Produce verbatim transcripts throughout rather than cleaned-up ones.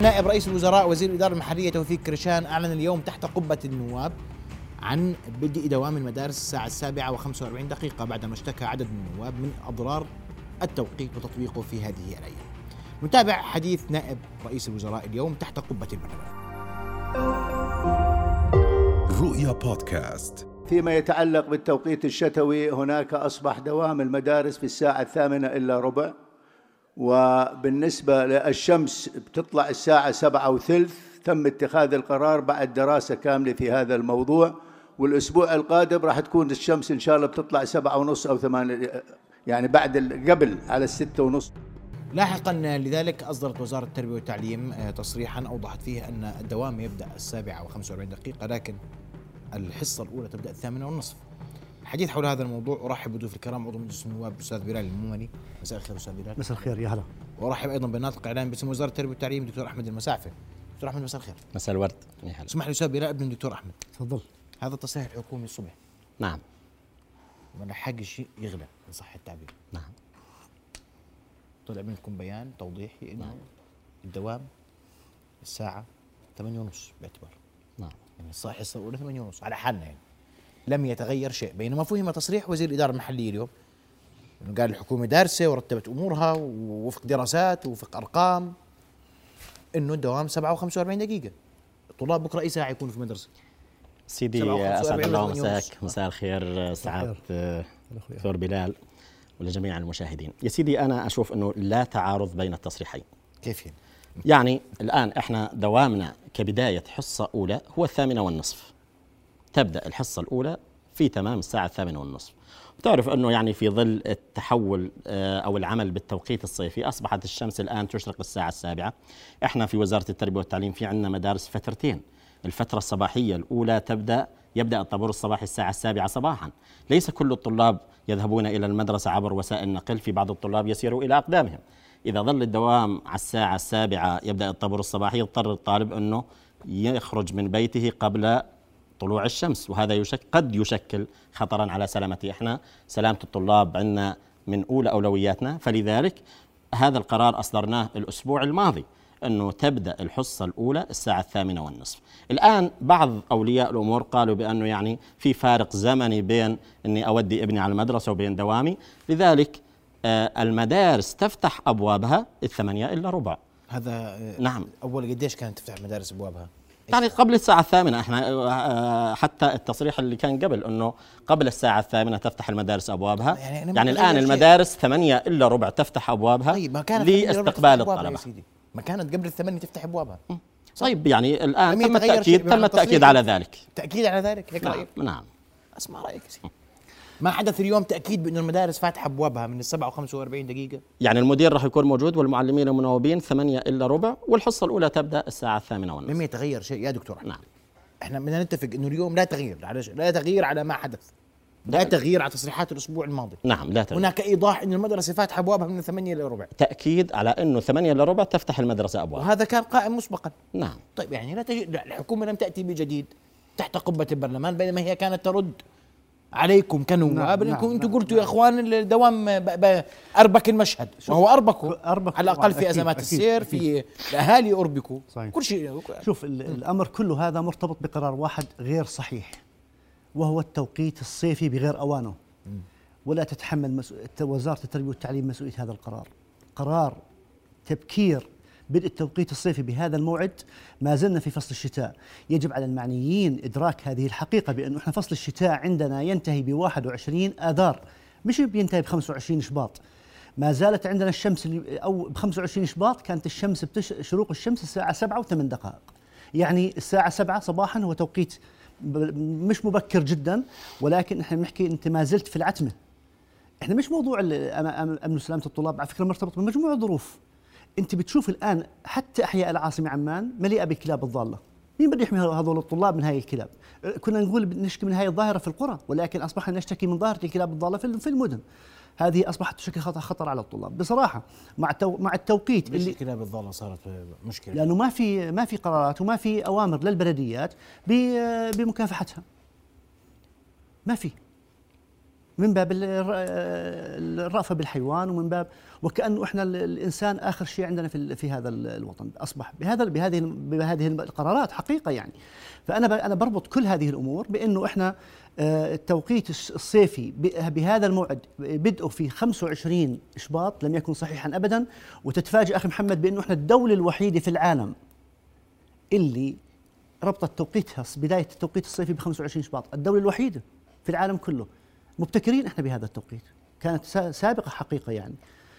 نائب رئيس الوزراء وزير الإدارة المحلية توفيق كرشان أعلن اليوم تحت قبة النواب عن بدء دوام المدارس الساعة السابعة وخمسة وأربعين دقيقة بعدما اشتكى عدد من النواب من أضرار التوقيت وتطبيقه في هذه الأيام. نتابع حديث نائب رئيس الوزراء اليوم تحت قبة البرلمان. رؤيا بودكاست. فيما يتعلق بالتوقيت الشتوي هناك أصبح دوام المدارس في الساعة الثامنة إلا ربع، وبالنسبة للشمس بتطلع الساعة سبعة وثلث. تم اتخاذ القرار بعد دراسة كاملة في هذا الموضوع، والأسبوع القادم راح تكون الشمس إن شاء الله بتطلع سبعة ونص أو ثمانية، يعني بعد قبل على الستة ونص. لاحقا لذلك أصدرت وزارة التربية والتعليم تصريحا أوضحت فيه أن الدوام يبدأ السابعة وخمسة وأربعين دقيقة، لكن الحصة الأولى تبدأ الثامنة والنصف. الحديث حول هذا الموضوع أرحب بضيوف الكرام عضو مجلس النواب الأستاذ بلال المومني. مساء الخير أستاذ بلال. مساء الخير، يا هلا. وأرحب أيضا بالناطق إعلامي باسم وزارة التربية والتعليم دكتور أحمد المسافة. دكتور أحمد مساء الخير. مساء الورد. يا هلا. اسمح لي أستاذ بلال ابن الدكتور أحمد. تفضل. هذا التصريح الحكومي الصبح. نعم. وأنا حق الشيء يغلى إن صح التعبير. نعم. طلع منكم بيان توضيحي إنه نعم. الدوام الساعة ثمانية ونص باعتبار. نعم. يعني الصاحي الحصة الأولى ثمانية ونص على حالنا يعني. لم يتغير شيء، بينما فهم تصريح وزير الإدارة المحلية اليوم إنه قال الحكومة دارسة ورتبت أمورها ووفق دراسات ووفق أرقام إنه الدوام سبعة وخمسة وأربعين دقيقة. الطلاب بكرة أي ساعة يكونوا في المدرسة؟ سيدي أسعد الله مساك. مساء الخير سعادة دكتور بلال ولجميع المشاهدين. يا سيدي أنا أشوف أنه لا تعارض بين التصريحين. كيف يعني؟ يعني الآن إحنا دوامنا كبداية حصة أولى هو الثامنة والنصف، تبدأ الحصة الأولى في تمام الساعة الثامنة والنصف. وتعرف أنه يعني في ظل التحول أو العمل بالتوقيت الصيفي أصبحت الشمس الآن تشرق الساعة السابعة. إحنا في وزارة التربية والتعليم في عندنا مدارس فترتين، الفترة الصباحية الأولى تبدأ يبدأ الطابور الصباحي الساعة السابعة صباحا. ليس كل الطلاب يذهبون إلى المدرسة عبر وسائل النقل، في بعض الطلاب يسيروا إلى أقدامهم. إذا ظل الدوام على الساعة السابعة يبدأ الطابور الصباحي، يضطر الطالب أنه يخرج من بيته قبل طلوع الشمس، وهذا يشك قد يشكل خطرا على سلامتي. احنا سلامة الطلاب عندنا من أولى أولوياتنا، فلذلك هذا القرار أصدرناه الأسبوع الماضي أنه تبدأ الحصة الأولى الساعة الثامنة والنصف. الآن بعض أولياء الأمور قالوا بأنه يعني في فارق زمني بين أني أودي ابني على المدرسة وبين دوامي، لذلك آه المدارس تفتح أبوابها الثمانية إلا ربع. هذا آه نعم. أول قديش كانت تفتح المدارس أبوابها؟ يعني قبل الساعة الثامنة. احنا حتى التصريح اللي كان قبل انه قبل الساعة الثامنة تفتح المدارس ابوابها، يعني, يعني الان المدارس ثمانية الا ربع تفتح ابوابها. طيب ما كانت لاستقبال الطلبة. ما كانت قبل الثمانية تفتح ابوابها. طيب يعني الان تم التأكيد تم التأكيد على ذلك. تأكيد على ذلك هيك نعم. رأيك؟ نعم. اسمع رأيك سيدي. ما حدث اليوم تأكيد بأنه المدارس فاتحة أبوابها من السبعة وخمسة وأربعين دقيقة؟ يعني المدير راح يكون موجود والمعلمين المنوبين ثمانية إلا ربع، والحصة الأولى تبدأ الساعة الثامنة والنصف. لم يتغير شيء يا دكتور. نعم. احنا بدنا نتفق إنه اليوم لا تغيير على لا تغيير على ما حدث، لا تغيير على تصريحات الأسبوع الماضي. نعم لا تغيير. هناك إيضاح إن المدرسة فاتحة أبوابها من ثمانية إلى ربع. تأكيد على إنه ثمانية إلا ربع تفتح المدرسة أبوابها. وهذا كان قائم مسبقا. نعم. طيب يعني لا تجي الحكومة لم تأتي بجديد تحت قبة البرلمان، بينما هي كانت ترد عليكم كنواب. نعم. انكم نعم. انتم نعم. قلتوا يا اخوان الدوام اربك المشهد، وهو اربكوا أربك على الاقل في أكيد ازمات أكيد السير، أكيد. في الاهالي اربكوا كل شيء. شوف الامر كله هذا مرتبط بقرار واحد غير صحيح، وهو التوقيت الصيفي بغير اوانه. ولا تتحمل مسؤول وزارة التربية والتعليم مسؤولية هذا القرار. قرار تبكير بدء التوقيت الصيفي بهذا الموعد. ما زلنا في فصل الشتاء، يجب على المعنيين إدراك هذه الحقيقة بأنه إحنا فصل الشتاء عندنا ينتهي بواحد وعشرين آذار، مش بينتهي بخمسة وعشرين شباط. ما زالت عندنا الشمس أو بخمسة وعشرين شباط كانت الشمس بتش... شروق الشمس الساعة سبعة وثمان دقائق، يعني الساعة سبعة صباحا هو توقيت مش مبكر جدا، ولكن إحنا بنحكي أنت ما زلت في العتمة. إحنا مش موضوع أمن وسلامة الطلاب على فكرة مرتبط بمجموعة ظروف. أنت بتشوف الآن حتى أحياء العاصمة عمان مليئة بالكلاب الضالة. مين بده يحمي هذول الطلاب من هاي الكلاب؟ كنا نقول نشكي من هاي الظاهرة في القرى، ولكن أصبحنا نشتكي من ظاهرة الكلاب الضالة في المدن. هذه أصبحت تشكل خطر على الطلاب بصراحة. مع مع التوقيت اللي الكلاب الضالة صارت مشكلة، لأنه ما في ما في قرارات وما في أوامر للبلديات بمكافحتها. ما في من باب الرأفة بالحيوان، ومن باب وكأنه احنا الانسان اخر شيء عندنا في في هذا الوطن، اصبح بهذا بهذه بهذه القرارات حقيقه يعني. فانا انا بربط كل هذه الامور بانه احنا التوقيت الصيفي بهذا الموعد بدءه في خمسة وعشرين شباط لم يكن صحيحا ابدا. وتتفاجئ اخي محمد بانه احنا الدوله الوحيده في العالم اللي ربطت توقيتها بدايه التوقيت الصيفي ب خمسة وعشرين شباط، الدوله الوحيده في العالم كله. مبتكرين احنا بهذا التوقيت، كانت سابقه حقيقه يعني.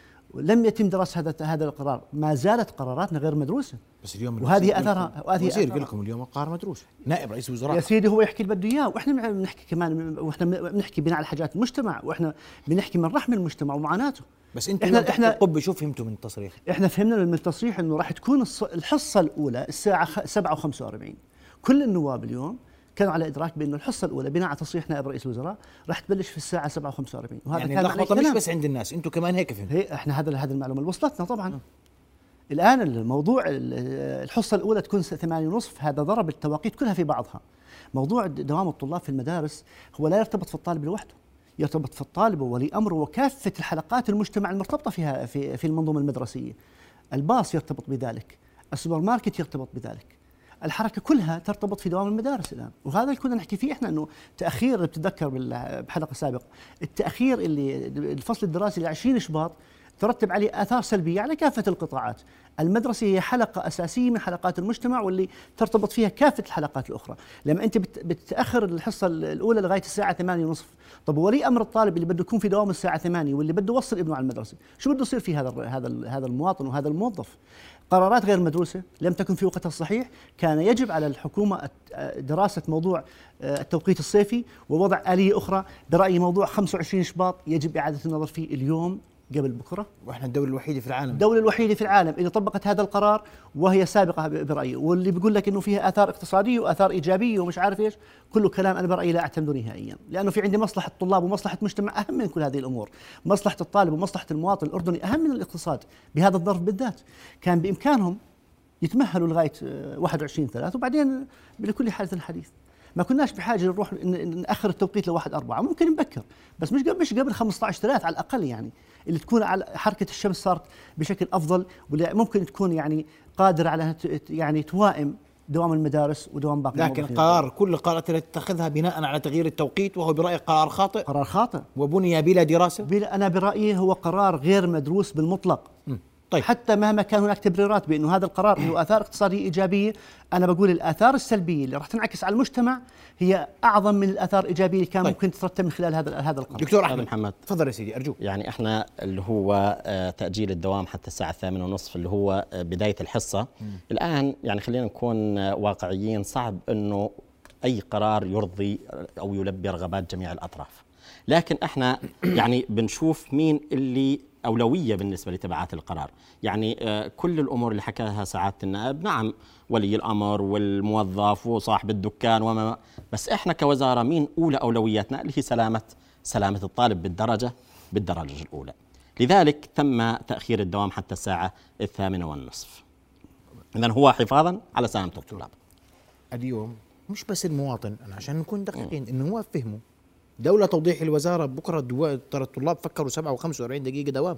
لم يتم دراسه هذا هذا القرار، ما زالت قراراتنا غير مدروسه. بس اليوم وهذه اثرها، وهذه وزير يقول لكم اليوم القرار مدروس، نائب رئيس الوزراء يا سيدي هو يحكي اللي بده اياه، واحنا بنحكي كمان، واحنا بنحكي بناء على حاجات المجتمع، واحنا بنحكي من رحم المجتمع ومعاناته. بس انتم احنا احنا القبه شو فهمتوا من التصريح؟ احنا فهمنا من التصريح انه راح تكون الحصه الاولى الساعه سبعة وخمسة وأربعين. كل النواب اليوم كانوا على ادراك بانه الحصه الاولى بناء على تصريح نائب رئيس الوزراء راح تبلش في الساعه سبعة وخمسة وأربعين، وهذا يعني كان لخبطه مش بس عند الناس، انتم كمان هيك فهمتوا؟ هي احنا هذا هذه المعلومه اللي وصلتنا طبعا. م. الان الموضوع الحصه الاولى تكون ثمانية ونصف، هذا ضرب التواقيت كلها في بعضها. موضوع دوام الطلاب في المدارس هو لا يرتبط في الطالب لوحده، يرتبط في الطالب وولي امره وكافه الحلقات المجتمع المرتبطه فيها في في المنظومه المدرسيه. الباص يرتبط بذلك، السوبر ماركت يرتبط بذلك، الحركه كلها ترتبط في دوام المدارس الان. وهذا اللي كنا نحكي فيه احنا، انه تاخير، اللي بتتذكر بحلقه سابقه التاخير اللي الفصل الدراسي ل عشرين شباط ترتب عليه آثار سلبية على كافة القطاعات. المدرسة هي حلقة أساسية من حلقات المجتمع واللي ترتبط فيها كافة الحلقات الأخرى. لما أنت بتأخر الحصة الأولى لغاية الساعة ثمانية ونصف، طب ولي أمر الطالب اللي بده يكون في دوام الساعة ثمانية واللي بده يوصل ابنه على المدرسة، شو بده يصير في هذا هذا هذا المواطن وهذا الموظف؟ قرارات غير مدروسة، لم تكن في وقتها الصحيح. كان يجب على الحكومة دراسة موضوع التوقيت الصيفي ووضع آلية أخرى. برأيي موضوع خمسة وعشرين شباط يجب إعادة النظر فيه اليوم قبل بكره. واحنا الدوله الوحيده في العالم الدوله الوحيده في العالم اللي طبقت هذا القرار وهي سابقه برايي، واللي بيقول لك انه فيها اثار اقتصاديه واثار ايجابيه ومش عارف ايش، كله كلام انا برايي لا اعتمده نهائيا، لانه في عندي مصلحه الطلاب ومصلحه مجتمع اهم من كل هذه الامور. مصلحه الطالب ومصلحه المواطن الاردني اهم من الاقتصاد بهذا الظرف بالذات. كان بامكانهم يتمهلوا لغايه واحد وعشرين ثلاثة وبعدين لكل حادث حديث. ما كناش بحاجه نروح ناخر التوقيت لواحد أربعة، ممكن نبكر بس مش قبل مش قبل خمسة عشر ثلاثة على الاقل، يعني اللي تكون على حركه الشمس صارت بشكل افضل، واللي ممكن تكون يعني قادره على يعني توائم دوام المدارس ودوام باقي لكن قرار كل القرارات التي تتخذها بناء على تغيير التوقيت وهو برايي قرار خاطئ قرار خاطئ وبني بلا دراسه. بلا انا برايي هو قرار غير مدروس بالمطلق. م. طيب. حتى مهما كان هناك تبريرات بانه هذا القرار له اثار اقتصاديه ايجابيه، انا بقول الاثار السلبيه اللي راح تنعكس على المجتمع هي اعظم من الاثار الايجابيه اللي كان طيب. ممكن تترتب من خلال هذا هذا القرار. دكتور احمد محمد تفضل يا سيدي ارجوك. يعني احنا اللي هو تاجيل الدوام حتى الساعه الثامنة ونصف اللي هو بدايه الحصه، م. الان يعني خلينا نكون واقعيين، صعب انه اي قرار يرضي او يلبي رغبات جميع الاطراف، لكن احنا يعني بنشوف مين اللي أولوية بالنسبة لتبعات القرار. يعني كل الأمور اللي حكاها سعادة النائب، نعم ولي الأمر والموظف وصاحب الدكان وما، بس إحنا كوزارة مين أولى أولوياتنا اللي هي سلامة سلامة الطالب بالدرجة بالدرجة الأولى. لذلك تم تأخير الدوام حتى الساعة الثامنة والنصف، إذن هو حفاظا على سلامة الطلاب. اليوم مش بس المواطن، أنا عشان نكون دقيقين إنه هو فهموا دولة توضيح الوزارة بكرة ترى الطلاب فكروا سبعة وخمسة وأربعين دقيقة دوام.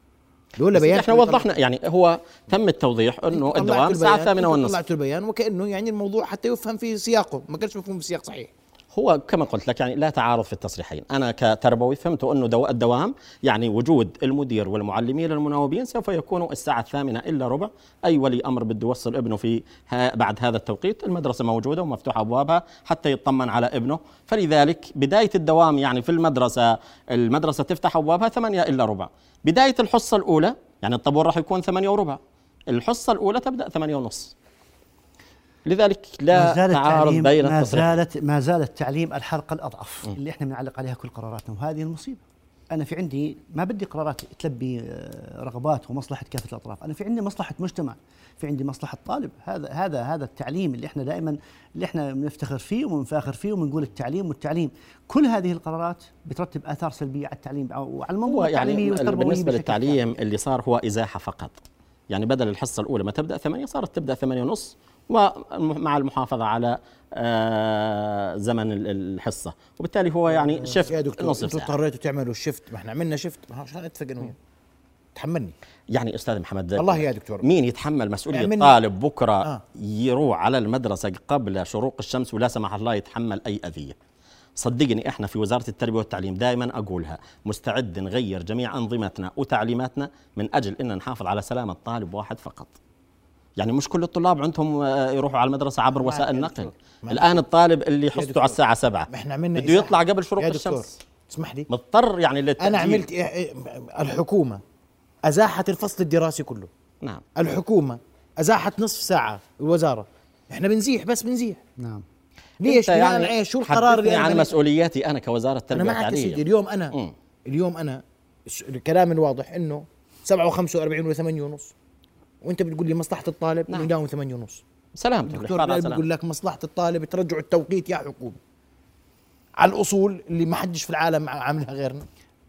دول بيان احنا وضحنا، يعني هو تم التوضيح انه الدوام الساعة الثامنة والنصف. طلعت البيان وكأنه يعني الموضوع حتى يفهم في سياقه، ما كانش مفهوم في سياق صحيح. هو كما قلت لك يعني لا تعارض في التصريحين. أنا كتربوي فهمت أنه دو الدوام يعني وجود المدير والمعلمين المناوبين سوف يكونوا الساعة الثامنة إلا ربع. أي ولي أمر بده يوصل ابنه في بعد هذا التوقيت، المدرسة موجودة ومفتوحة أبوابها حتى يطمن على ابنه. فلذلك بداية الدوام يعني في المدرسة المدرسة تفتح أبوابها ثمانية إلا ربع. بداية الحصة الأولى يعني الطابور راح يكون ثمانية وربع، الحصة الأولى تبدأ ثمانية ونص. لذلك لا تعارض بين ما زالت ما زال التعليم الحلقة الأضعف م. اللي احنا بنعلق عليها كل قراراتنا، وهذه المصيبة. أنا في عندي ما بدي قرارات تلبي رغبات ومصلحة كافة الأطراف، أنا في عندي مصلحة مجتمع، في عندي مصلحة طالب. هذا هذا هذا التعليم اللي احنا دائما اللي احنا بنفتخر فيه وبنفاخر فيه وبنقول التعليم والتعليم. كل هذه القرارات بترتب آثار سلبية على التعليم وعلى المنظومة التعليمية يعني والتربوية. بالنسبة للتعليم اللي صار هو إزاحة فقط، يعني بدل الحصة الأولى ما تبدأ ثمانية صارت تبدأ ثمانية ونص ومع المحافظة على آه زمن الحصة، وبالتالي هو يعني شفت يا دكتور نصف انتوا ساعة. اضطريتوا تعملوا الشفت، ما احنا عملنا شفت، ما عشان اتفق انا وياك. تحملني يعني أستاذ محمد الله يا دكتور، مين يتحمل مسؤولية اعملني- طالب بكرة آه. يروح على المدرسة قبل شروق الشمس ولا سمح الله يتحمل أي أذية؟ صدقني احنا في وزارة التربية والتعليم دائما أقولها مستعد نغير جميع أنظمتنا وتعليماتنا من أجل أن نحافظ على سلامة طالب واحد فقط. يعني مش كل الطلاب عندهم آه، يروحوا على المدرسة عبر وسائل النقل. الآن الطالب اللي حصته على الساعة سبعة ما احنا عملنا بده يطلع قبل شروق يا دكتور الشمس، اسمح لي، مضطر يعني للتأجيل. انا عملت إيه- إيه، الحكومة ازاحت الفصل الدراسي كله، نعم الحكومة ازاحت نصف ساعة، الوزارة احنا بنزيح بس بنزيح. نعم. ليش؟ أنت بناء يعني على ايش؟ شو القرار اللي حدثني أنا عن بني- مسؤولياتي أنا كوزارة انا التربية معك يا سيدي. والتعليم. اليوم انا مم. اليوم انا الش- الكلام الواضح انه سبعة وخمسة وأربعين ولا ثمانية ونص، وانت بتقول لي مصلحة الطالب انه نعم. يداوم ثمانية ونص. سلامتك الدكتور الحفاظ على بيقول سلامتك. لك مصلحة الطالب ترجع التوقيت يا حكومة على الأصول اللي ما حدش في العالم عاملها غيرنا،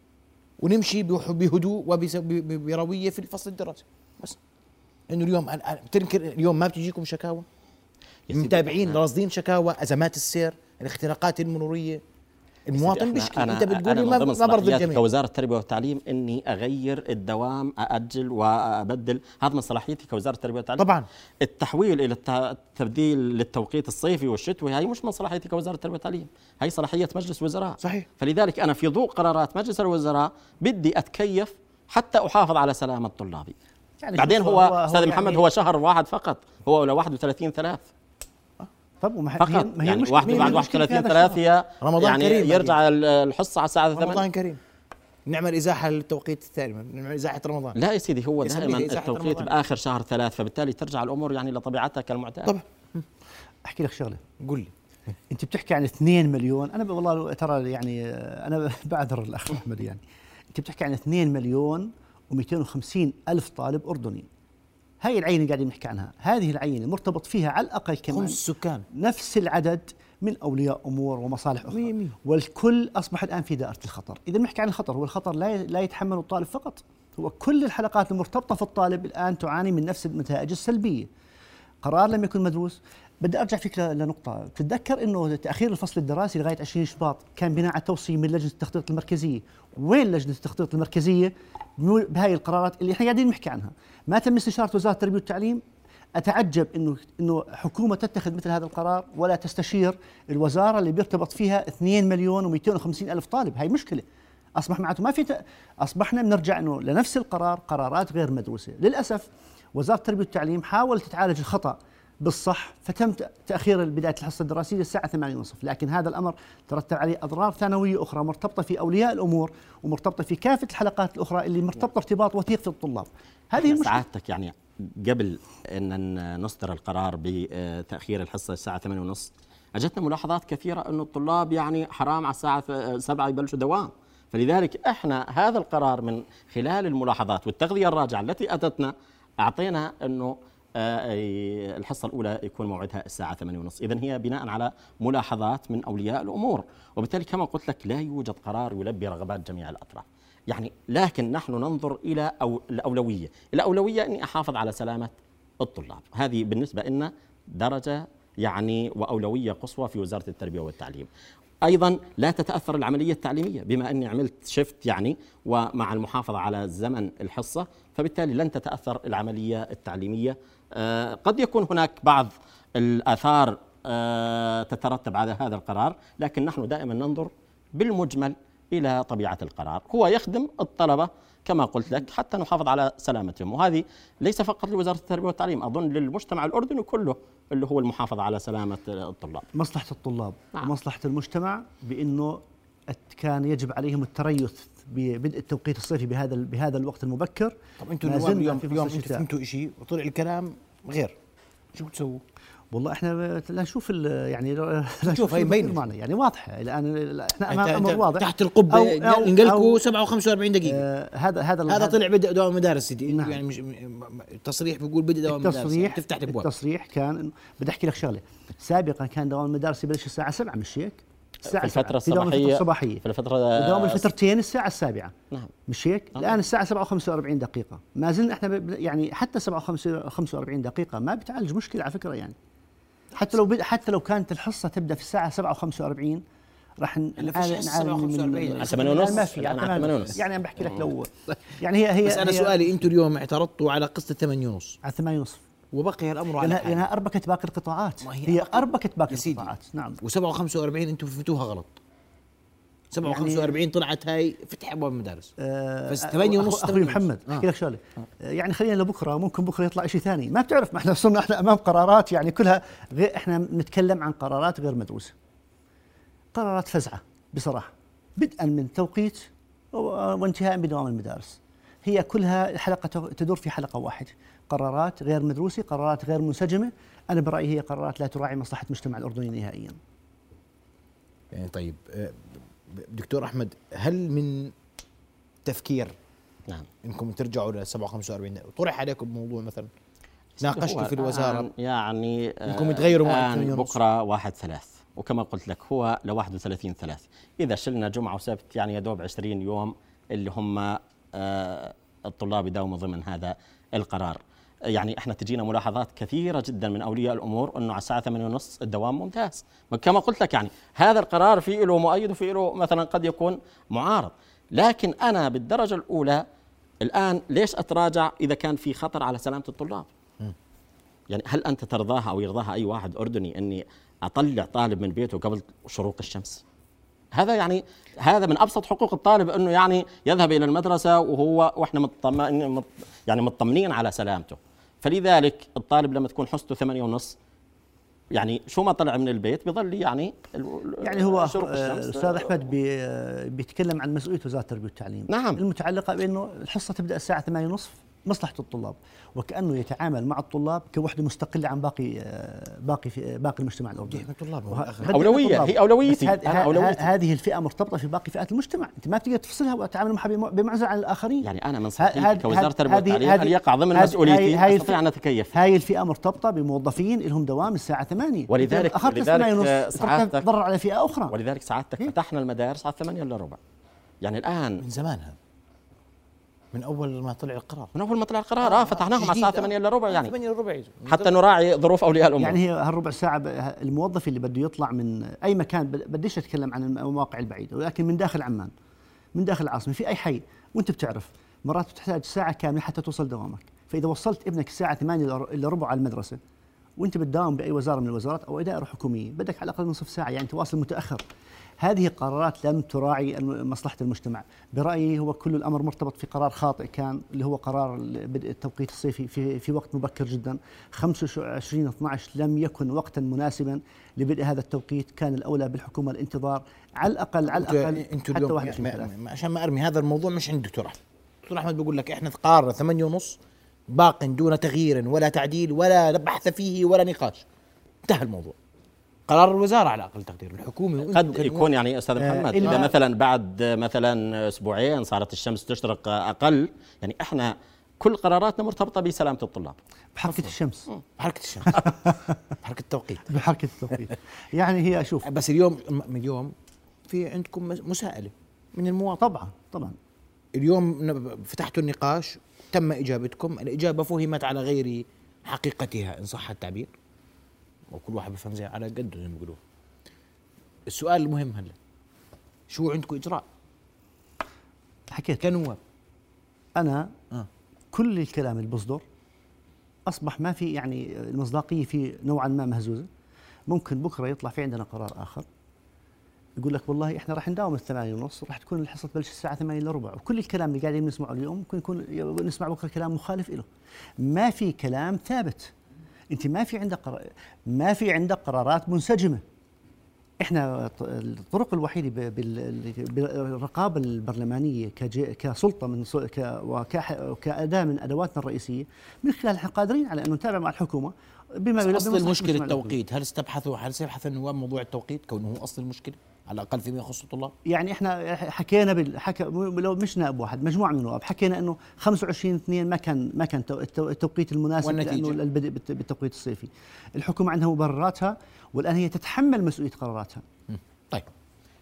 ونمشي بح- بهدوء وبروية في الفصل الدراسي. بس انه اليوم تنكر اليوم ما بتجيكم شكاوى؟ يا سيدي، متابعين إحنا- راصدين شكاوى ازمات السير، الاختراقات المرورية، المواطن إحنا- بيشكي، أنا انت بتقولي أنا ما من ضمن ما برضي صلاحياتي الجميع. كوزارة التربية والتعليم إني أغير الدوام، أأجل وأبدل، هذا من صلاحيتي كوزارة التربية والتعليم. طبعا التحويل إلى الت- التبديل للتوقيت الصيفي والشتوي هي مش من صلاحيتي كوزارة التربية والتعليم، هي صلاحية مجلس وزراء. صحيح. فلذلك أنا في ضوء قرارات مجلس الوزراء بدي أتكيف حتى أحافظ على سلامة طلابي. يعني بعدين شوف، هو هو- أستاذ هو محمد يعني- هو شهر واحد فقط، هو ولا واحد وثلاثين ثلاث طب وما فقط، هي ما هي يعني المشكلة- واحد مين بعد المشكلة في واحد وثلاثين هذا ثلاث الشهر؟ هي رمضان يعني كريم يرجع الحصة على الساعة ثمانية. رمضان كريم نعمل ازاحة للتوقيت الثاني، نعمل ازاحة رمضان. لا يا سيدي هو يسميه دائما إذاعة التوقيت رمضان. بآخر شهر ثلاث، فبالتالي ترجع الأمور يعني لطبيعتها كالمعتاد. طبعا احكي لك شغله. قول لي. انت بتحكي عن اثنين مليون، انا والله ترى يعني آه، انا بعذر الاخ احمد، يعني انت بتحكي عن اثنين مليون ومئتين وخمسين الف طالب اردني. هاي العينه اللي قاعدين نحكي عنها، هذه العينه مرتبط فيها على الاقل كمان خمس سكان. نفس العدد من اولياء امور ومصالح مية اخرى، مية. والكل اصبح الان في دائره الخطر. اذا بنحكي عن الخطر، هو الخطر لا لا يتحمله الطالب فقط، هو كل الحلقات المرتبطه في الطالب الان تعاني من نفس النتائج السلبيه. قرار لم يكن مدروس. بدي ارجع فيك لنقطه، تتذكر انه تاخير الفصل الدراسي لغايه عشرين شباط كان بناء على توصيه من لجنه التخطيط المركزيه. وين لجنه التخطيط المركزيه بهاي القرارات اللي احنا قاعدين نحكي عنها؟ ما تم استشاره وزاره التربيه والتعليم. اتعجب انه انه حكومه تتخذ مثل هذا القرار ولا تستشير الوزاره اللي بيرتبط فيها اثنين مليون ومئتين وخمسين الف طالب. هاي مشكله. اصبح معناته ما في ت... اصبحنا بنرجع انه لنفس القرار، قرارات غير مدروسه. للاسف وزاره التربيه والتعليم حاولت تعالج الخطا بالصح، فتم تاخير بدايه الحصه الدراسيه للساعه ثمانية ونصف، لكن هذا الامر ترتب عليه اضرار ثانويه اخرى مرتبطه في اولياء الامور ومرتبطه في كافه الحلقات الاخرى اللي مرتبطه ارتباط وثيق في الطلاب. هذه المشكله. سعادتك يعني قبل ان نصدر القرار بتاخير الحصه الساعه ثمانية ونص اجتنا ملاحظات كثيره انه الطلاب يعني حرام على الساعه سبعة يبلشوا دوام، فلذلك احنا هذا القرار من خلال الملاحظات والتغذيه الراجعه التي اتتنا اعطينا انه الحصة الأولى يكون موعدها الساعة ثمانية ونص. إذن هي بناء على ملاحظات من أولياء الأمور، وبالتالي كما قلت لك لا يوجد قرار يلبي رغبات جميع الأطراف يعني، لكن نحن ننظر إلى أو الأولوية الأولوية أني أحافظ على سلامة الطلاب، هذه بالنسبة لنا درجة يعني وأولوية قصوى في وزارة التربية والتعليم. أيضا لا تتأثر العملية التعليمية بما أني عملت شفت يعني ومع المحافظة على زمن الحصة، فبالتالي لن تتأثر العملية التعليمية. آه قد يكون هناك بعض الآثار آه تترتب على هذا القرار، لكن نحن دائما ننظر بالمجمل إلى طبيعة القرار، هو يخدم الطلبة كما قلت لك حتى نحافظ على سلامتهم، وهذه ليس فقط لوزارة التربية والتعليم، أظن للمجتمع الأردني كله اللي هو المحافظة على سلامة الطلاب. مصلحة الطلاب نعم. ومصلحة المجتمع بأنه كان يجب عليهم التريث ببدء التوقيت الصيفي بهذا بهذا الوقت المبكر. طب انتم ما النواب زلنا اليوم في اليوم فصل انتم الشتاء. فهمتوا شيء وطلع الكلام غير، شو بتسووا؟ والله احنا لا نشوف ال- يعني لا نشوف هي مبينة. معنا يعني واضحه الان احنا انت امام امر انت واضح. تحت القبه أو- أو- نقلكوا أو- سبعة وخمسة وأربعين دقيقه. آه هذا هذا هذا طلع بدء دوام مدارس سيدي. نعم. يعني مش م- م- التصريح بيقول بدء دوام مدارس، التصريح يعني تفتح الابواب. التصريح كان إنه- بدي احكي لك شغله، سابقا كان دوام المدارس يبلش الساعه سبعة مش هيك؟ الساعة في الفترة في دوام الفترة الصباحية الصباحية في الفترة دوام الفترتين الساعة السابعة. نعم. مش هيك؟ الآن الساعة سبعة وخمسة وأربعين دقيقة، ما زلنا احنا ب- يعني حتى سبعة وخمسة وأربعين دقيقة ما بتعالج مشكلة على فكرة يعني. حتى لو بد- حتى لو كانت الحصة تبدأ في الساعة سبعة وخمسة وأربعين راح ن- هلا فيش حصة نعالج سبعة وخمسة وأربعين. من على ثمانية ونص. ما في الآن على على ثمانية ثمانية ونص. ونص. يعني أنا بحكي لك لو يعني هي هي بس انا هي سؤالي، انتم اليوم اعترضتوا على قصه ثمانية ونص على ثمانية ونص وبقي الامر على لأنها, حاله، لأنها أربكت باقي القطاعات. ما هي هي أربكت- أربكت باقي يا سيدي. القطاعات. نعم. وسبعة وخمسة وأربعين انتم فهمتوها غلط. سبعة وخمسة وأربعين طلعت هاي فتح ابواب المدارس. آه، بس ثمانية ونص أخوي ثمانية محمد ونص. احكي آه. لك شغله. آه، يعني خلينا لبكره، ممكن بكره يطلع شيء ثاني ما بتعرف. ما احنا صرنا احنا امام قرارات يعني كلها غير، احنا نتكلم عن قرارات غير مدروسه، قرارات فزعه بصراحه، بدءا من توقيت وانتهاء بدوام المدارس. هي كلها حلقه تدور في حلقه واحده، قرارات غير مدروسه، قرارات غير منسجمه. انا برايي هي قرارات لا تراعي مصلحه المجتمع الاردني نهائيا. يعني طيب آه، دكتور احمد، هل من تفكير نعم. انكم ترجعوا ل سبعة وخمسة وأربعين طرح عليكم بموضوع مثلا ناقشتوا هو في الوزاره الآن يعني آه، إنكم تغيروا موعد الآن ثمانية ونص. بكره واحد ثلاث، وكما قلت لك هو ل واحد وثلاثين ثلاث، اذا شلنا جمعه وسبت يعني يدوب عشرين يوم اللي هم آه، الطلاب يداوموا ضمن هذا القرار. يعني احنا تجينا ملاحظات كثيره جدا من اولياء الامور انه على الساعه ثمانية ونص الدوام ممتاز. كما قلت لك يعني هذا القرار فيه له مؤيد وفيه له مثلا قد يكون معارض، لكن انا بالدرجه الاولى الان ليش اتراجع اذا كان في خطر على سلامه الطلاب؟ يعني هل انت ترضاها او يرضاها اي واحد اردني اني اطلع طالب من بيته قبل شروق الشمس؟ هذا يعني هذا من ابسط حقوق الطالب، انه يعني يذهب الى المدرسه وهو واحنا مطمئن مط يعني مطمنين على سلامته. فلذلك الطالب لما تكون حصته ثمانية ونص يعني شو ما طلع من البيت بيظل يعني يعني هو شروق آه، الشمس. الاستاذ احمد بي آه، بيتكلم عن مسؤوليه وزاره التربيه والتعليم، نعم. المتعلقه بانه الحصه تبدا الساعه ثمانية ونصف مصلحه الطلاب، وكانه يتعامل مع الطلاب كوحده مستقله عن باقي آه، باقي في باقي المجتمع الاردني. احنا طلاب وه- بالآخر. بدنا أولوية، طلاب. هي أولويتي. بس هاد- أنا ها- أولويتي. ها- هذه الفئه مرتبطه في باقي فئات المجتمع، انت ما بتقدر تفصلها وتتعامل معها بم- بمعزل عن الاخرين. يعني انا من ها- صحتي هاد- كوزاره هاد- التربيه هذه- والتعليم ان هذه- يقع ضمن هذه- مسؤوليتي هاي استطيع ان اتكيف. هاي الفئه مرتبطه بموظفين لهم دوام الساعه ثمانية، ولذلك- اخرت ولذلك ثمانية ونص سعادتك- تضرر على فئه اخرى. ولذلك سعادتك فتحنا المدارس على ثمانية الا ربع. يعني الان من زمان هذا، من اول ما طلع القرار من اول ما طلع القرار اه فتحناهم على الساعه ثمانية الا ربع، يعني ثمانية الا ربع حتى نراعي ظروف اولياء الامور. يعني هي هالربع ساعة ب- الموظف اللي بده يطلع من أي مكان، ب- بديش أتكلم عن المواقع البعيدة، ولكن من داخل عمان، من داخل العاصمة في أي حي، وأنت بتعرف مرات بتحتاج ساعة كاملة حتى توصل دوامك. فإذا وصلت ابنك الساعة ثمانية إلا ربع على المدرسة وأنت بتداوم بأي وزارة من الوزارات أو إدارة حكومية، بدك على الأقل نصف ساعة، يعني تواصل متأخر. هذه قرارات لم تراعي الم- مصلحة المجتمع. برأيي هو كل الأمر مرتبط في قرار خاطئ كان، اللي هو قرار ال- بدء التوقيت الصيفي في في وقت مبكر جدا. خمسة وعشرين اثنعش لم يكن وقتا مناسبا لبدء هذا التوقيت، كان الأولى بالحكومة الانتظار على الأقل على الأقل انتوا حتى اليوم واحد وعشرين ما- ثلاثة. ما- عشان ما ارمي هذا الموضوع مش عند دكتور احمد. دكتور احمد بيقول لك احنا قررنا ثمانية ونص باق دون تغيير ولا تعديل ولا بحث فيه ولا نقاش، انتهى الموضوع. قرار الوزاره على اقل تقدير، الحكومه وانتوا قد كان- يكون يعني استاذ محمد إلا- اذا مثلا بعد مثلا اسبوعين صارت الشمس تشرق اقل، يعني احنا كل قراراتنا مرتبطه بسلامه الطلاب. بحركة الشمس، بحركه الشمس بحركه التوقيت. بحركة التوقيت. يعني هي أشوف بس اليوم م- اليوم في عندكم مس- مساءله من المواطن. طبعا طبعا اليوم ن- فتحتوا النقاش، تم اجابتكم، الاجابه فهمت على غير حقيقتها ان صح التعبير، وكل واحد بفهم زي على قده زي ما بيقولوا. السؤال المهم هلا، شو عندكم اجراء حكيت كنواب؟ أنا آه. كل الكلام اللي بصدر أصبح ما في، يعني المصداقية فيه نوعا ما مهزوزة. ممكن بكرة يطلع في عندنا قرار آخر يقول لك والله احنا راح نداوم الثمانية ونص وراح تكون الحصة تبلش الساعة ثمانية الا ربع، وكل الكلام اللي قاعدين نسمعه اليوم ممكن يكون نسمع بكرة كلام مخالف له. ما في كلام ثابت، انت ما في عندك قرار، ما في عندك قرارات منسجمة. احنا ط- الطرق الوحيده ب- بال- بالرقابه البرلمانيه كج- كسلطه من سل- ك- وكح- كاداه من ادواتنا الرئيسيه، من خلال احنا قادرين على انه نتابع مع الحكومه بما يلبي اصل مصلحة المشكله المجتمع الأردني. التوقيت، هل استبحثوا هل سيبحث النواب موضوع التوقيت كونه هو اصل المشكله على الاقل فيما يخص الطلاب؟ يعني احنا حكينا بال... حكى لو مش نائب واحد، مجموعه من النواب حكينا انه خمسة وعشرين اثنين ما كان ما كان تو- التو- التوقيت المناسب، والنتيجة؟ لانه البدء بالت- بالتوقيت الصيفي. الحكومه عندها مبرراتها والان هي تتحمل مسؤوليه قراراتها. طيب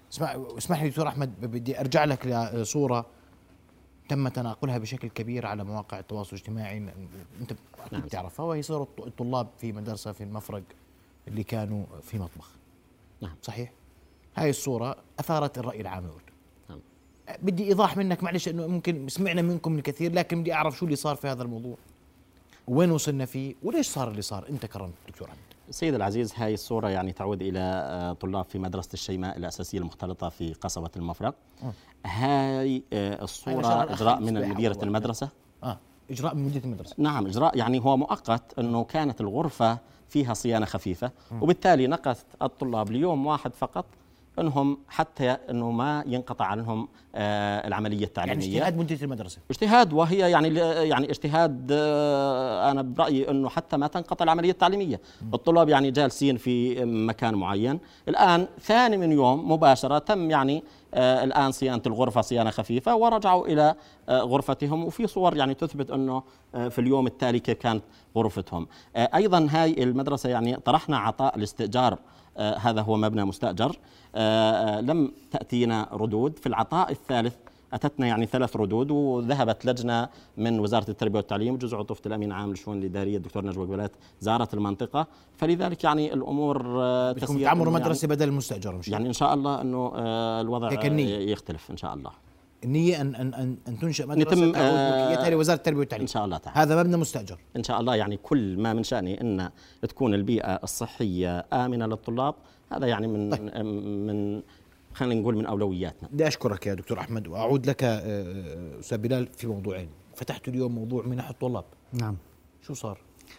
اسمع اسمح لي دكتور احمد، بدي ارجع لك لصوره تم تناقلها بشكل كبير على مواقع التواصل الاجتماعي، انت اكيد بتعرفها، وهي صورة الطلاب في مدرسة في المفرق اللي كانوا في مطبخ. نعم صحيح. هاي الصورة اثارت الرأي العام الأردني. نعم. بدي ايضاح منك، معلش انه ممكن سمعنا منكم الكثير، لكن بدي اعرف شو اللي صار في هذا الموضوع، وين وصلنا فيه، وليش صار اللي صار. انت كرمت دكتور احمد. سيد العزيز، هاي الصورة يعني تعود إلى طلاب في مدرسة الشيماء الأساسية المختلطة في قصبة المفرق. م. هاي الصورة إجراء من مديرة المدرسة. آه إجراء من مديرة المدرسة. نعم إجراء يعني هو مؤقت، أنه كانت الغرفة فيها صيانة خفيفة، م. وبالتالي نقصت الطلاب ليوم واحد فقط انهم حتى انه ما ينقطع عنهم آه العمليه التعليميه. يعني اجتهاد مديريه المدرسه. اجتهاد، وهي يعني يعني اجتهاد آه انا برايي انه حتى ما تنقطع العمليه التعليميه. م. الطلاب يعني جالسين في مكان معين، الان ثاني من يوم مباشره تم يعني آه الان صيانه الغرفه صيانه خفيفه، ورجعوا الى آه غرفتهم، وفي صور يعني تثبت انه آه في اليوم التالي كيف كانت غرفتهم. آه ايضا هاي المدرسه يعني طرحنا عطاء الاستئجار، آه هذا هو مبنى مستأجر، آه لم تأتينا ردود. في العطاء الثالث أتتنا يعني ثلاث ردود، وذهبت لجنة من وزارة التربية والتعليم جزء عطوفة الأمين العام للشؤون الإدارية الدكتور نجوى قبلات زارت المنطقة، فلذلك يعني الأمور آه تسير. تعمروا مدرسة يعني بدل المستأجر مش يعني إن شاء الله أنه آه الوضع آه يختلف إن شاء الله. النية أن أن أن, أن تنشأ مدرسة تعود ملكيتها لوزارة التربية والتعليم إن شاء الله تعالى. هذا مبنى مستأجر إن شاء الله، يعني كل ما من شأنه أن تكون البيئة الصحية آمنة للطلاب، هذا يعني من طيب. من خلينا نقول من أولوياتنا. بدي أشكرك يا دكتور أحمد، وأعود لك أستاذ بلال في موضوعين. فتحت اليوم موضوع منح الطلاب. نعم. شو صار؟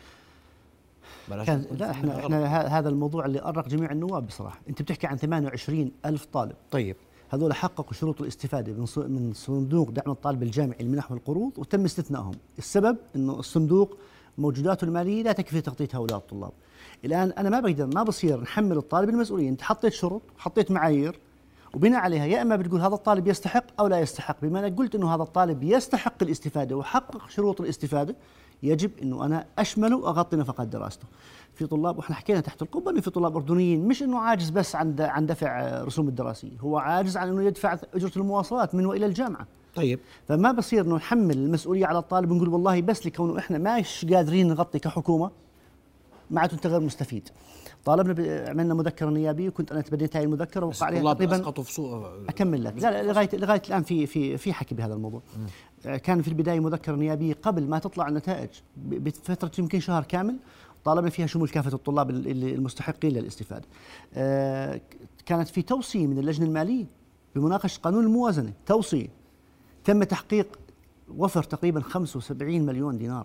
كان لا احنا احنا هذا الموضوع اللي أرق جميع النواب بصراحة. أنت بتحكي عن ثمانية وعشرين ألف طالب. طيب. هذول حققوا شروط الاستفادة من صندوق دعم الطالب الجامعي المنح والقروض، وتم استثنائهم. السبب إنه الصندوق موجوداته المالية لا تكفي تغطية هؤلاء الطلاب. الآن أنا ما بقدر ما بصير نحمل الطالب المسؤولية. أنت حطيت شروط، حطيت معايير، وبناء عليها يا إما بتقول هذا الطالب يستحق أو لا يستحق. بما أنك قلت إنه هذا الطالب يستحق الاستفادة وحقق شروط الاستفادة، يجب إنه أنا أشمله وأغطي نفقات دراسته. في طلاب، وإحنا حكينا تحت القبة إنه في طلاب أردنيين مش إنه عاجز بس عن عن دفع رسوم الدراسية، هو عاجز عن إنه يدفع أجرة المواصلات من وإلى الجامعة. طيب. فما بصير إنه نحمل المسؤولية على الطالب ونقول والله بس لكونه إحنا ماش قادرين نغطي كحكومة معناته أنت غير مستفيد. طالبنا عملنا مذكرة نيابية، وكنت أنا تبنيت هاي المذكرة ووقع عليها تقريبا. أسقطوا في سوق. أكمل لك. لا لغاية لغاية الآن في في في حكي بهذا الموضوع. م. كان في البداية مذكرة نيابية قبل ما تطلع النتائج بفترة يمكن شهر كامل، طالبنا فيها شمول كافة الطلاب المستحقين للاستفادة. كانت في توصية من اللجنة المالية بمناقشة قانون الموازنة، توصية تم تحقيق وفر تقريبا خمسة وسبعين مليون دينار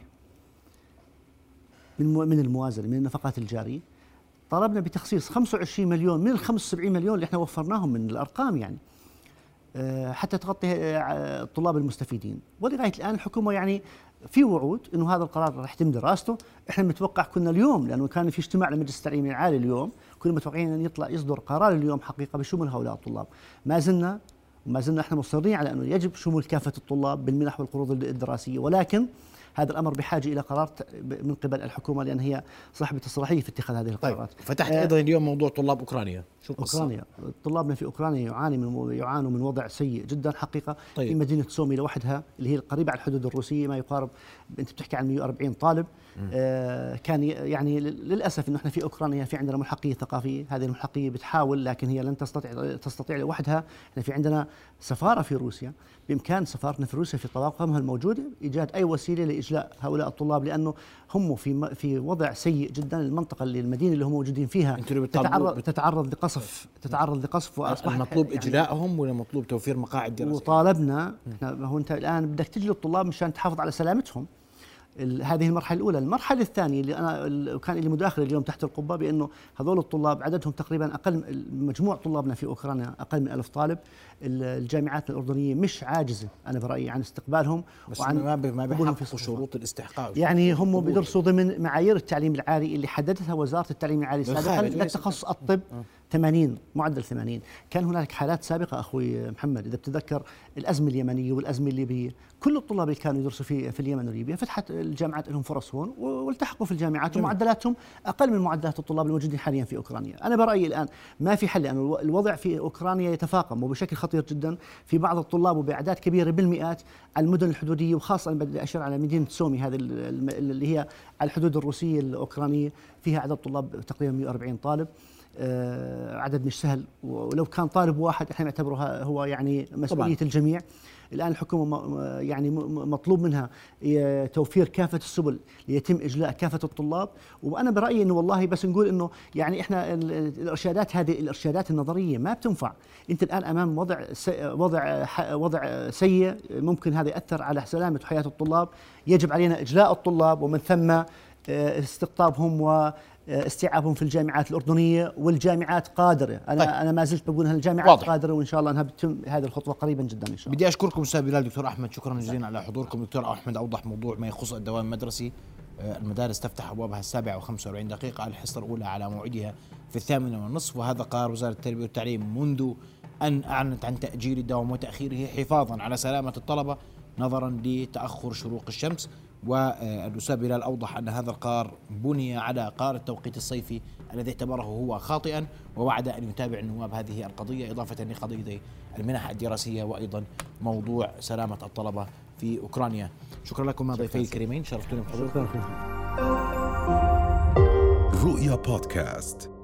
من من الموازنة من النفقات الجارية. طلبنا بتخصيص خمسة وعشرين مليون من ال خمسة وسبعين مليون اللي احنا وفرناهم من الأرقام يعني حتى تغطي الطلاب المستفيدين. ولغاية الآن الحكومة يعني في وعود إنه هذا القرار راح يتم دراسته. إحنا متوقع كنا اليوم، لأنه كان في اجتماع لمجلس التعليم العالي اليوم، كنا متوقعين أن يطلع يصدر قرار اليوم حقيقة بشمول هؤلاء الطلاب. ما زلنا وما زلنا إحنا مصرين على أنه يجب شمول كافة الطلاب بالمنح والقروض الدراسية، ولكن هذا الأمر بحاجة إلى قرار من قبل الحكومة لأن هي صاحبة الصلاحية في اتخاذ هذه القرارات. طيب. فتحت آه أيضا اليوم موضوع طلاب أوكرانيا. شو القصة؟ أوكرانيا، طلابنا في أوكرانيا يعاني من يعانوا من وضع سيء جدا حقيقة. طيب. في مدينة سومي لوحدها اللي هي القريبة على الحدود الروسية ما يقارب، أنت بتحكي عن مئة وأربعين طالب. آه كان يعني للأسف إنه إحنا في أوكرانيا في عندنا ملحقية ثقافية، هذه الملحقية بتحاول لكن هي لن تستطيع تستطيع لوحدها. إحنا في عندنا سفارة في روسيا، بإمكان سفارتنا في روسيا في طواقمها الموجودة إيجاد أي وسيلة لإجلاء هؤلاء الطلاب، لأنه هم في في وضع سيء جدا. المنطقة اللي المدينة اللي هم موجودين فيها تتعرض تتعرض لقصف تتعرض لقصف وأصبح المطلوب يعني إجلائهم ولا مطلوب توفير مقاعد دراسية؟ وطالبنا إحنا هو أنت الآن بدك تجلي الطلاب مشان تحافظ على سلامتهم. هذه المرحلة الأولى. المرحلة الثانية اللي أنا كان لي مداخلة اليوم تحت القبة بأنه هذول الطلاب عددهم تقريبا أقل، مجموع طلابنا في أوكرانيا أقل من ألف طالب. الجامعات الأردنية مش عاجزة أنا برأيي عن استقبالهم بس وعن ما ما بيحققوا شروط الاستحقاق. يعني هم بيدرسوا ضمن معايير التعليم العالي اللي حددتها وزارة التعليم العالي سابقا للتخصص الطب. ثمانين معدل ثمانين. كان هناك حالات سابقة أخوي محمد، إذا بتتذكر الأزمة اليمنية والأزمة الليبية، كل الطلاب اللي كانوا يدرسوا في في اليمن وليبيا فتحت الجامعات لهم فرص هون والتحقوا في الجامعات ومعدلاتهم أقل من معدلات الطلاب الموجودين حاليا في أوكرانيا. أنا برأيي الآن ما في حل، لأن يعني الوضع في أوكرانيا يتفاقم وبشكل خطير جدا، في بعض الطلاب وبأعداد كبيرة بالمئات على المدن الحدودية، وخاصة أنا بدي أشير على مدينة سومي هذه اللي هي على الحدود الروسية الأوكرانية، فيها عدد طلاب تقريبا مئة وأربعين طالب. آه عدد مش سهل، ولو كان طالب واحد احنا نعتبره هو يعني مسؤولية طبعا. الجميع. الآن الحكومة يعني مطلوب منها توفير كافة السبل ليتم إجلاء كافة الطلاب. وأنا برأيي إنه والله بس نقول إنه يعني إحنا الإرشادات هذه الإرشادات النظرية ما بتنفع. أنت الآن أمام وضع وضع وضع سيء، ممكن هذا يأثر على سلامة وحياة الطلاب. يجب علينا إجلاء الطلاب ومن ثم استقطابهم و استيعابهم في الجامعات الأردنية، والجامعات قادرة. أنا طيب. أنا ما زلت بقول أن الجامعات واضح. قادرة، وإن شاء الله أنها بتتم هذه الخطوة قريبا جدا إن شاء الله. بدي أشكركم أستاذ بلال، دكتور أحمد، شكرا جزيلا على حضوركم. دكتور أحمد أوضح موضوع ما يخص الدوام المدرسي. المدارس تفتح أبوابها السابعة وخمسة وأربعين دقيقة، الحصة الأولى على موعدها في الثامنة والنصف، وهذا قرار وزارة التربية والتعليم منذ أن أعلنت عن تأجيل الدوام وتأخيره حفاظا على سلامة الطلبة نظرا لتأخر شروق الشمس. والأستاذ بلال أوضح أن هذا القرار بني على قرار التوقيت الصيفي الذي اعتبره هو خاطئا، ووعد أن يتابع النواب هذه القضية إضافة لقضية المنح الدراسية وأيضا موضوع سلامة الطلبة في أوكرانيا. شكرا لكم ضيفي الكريمين، شرفتوني بحضوركم. رؤيا بودكاست.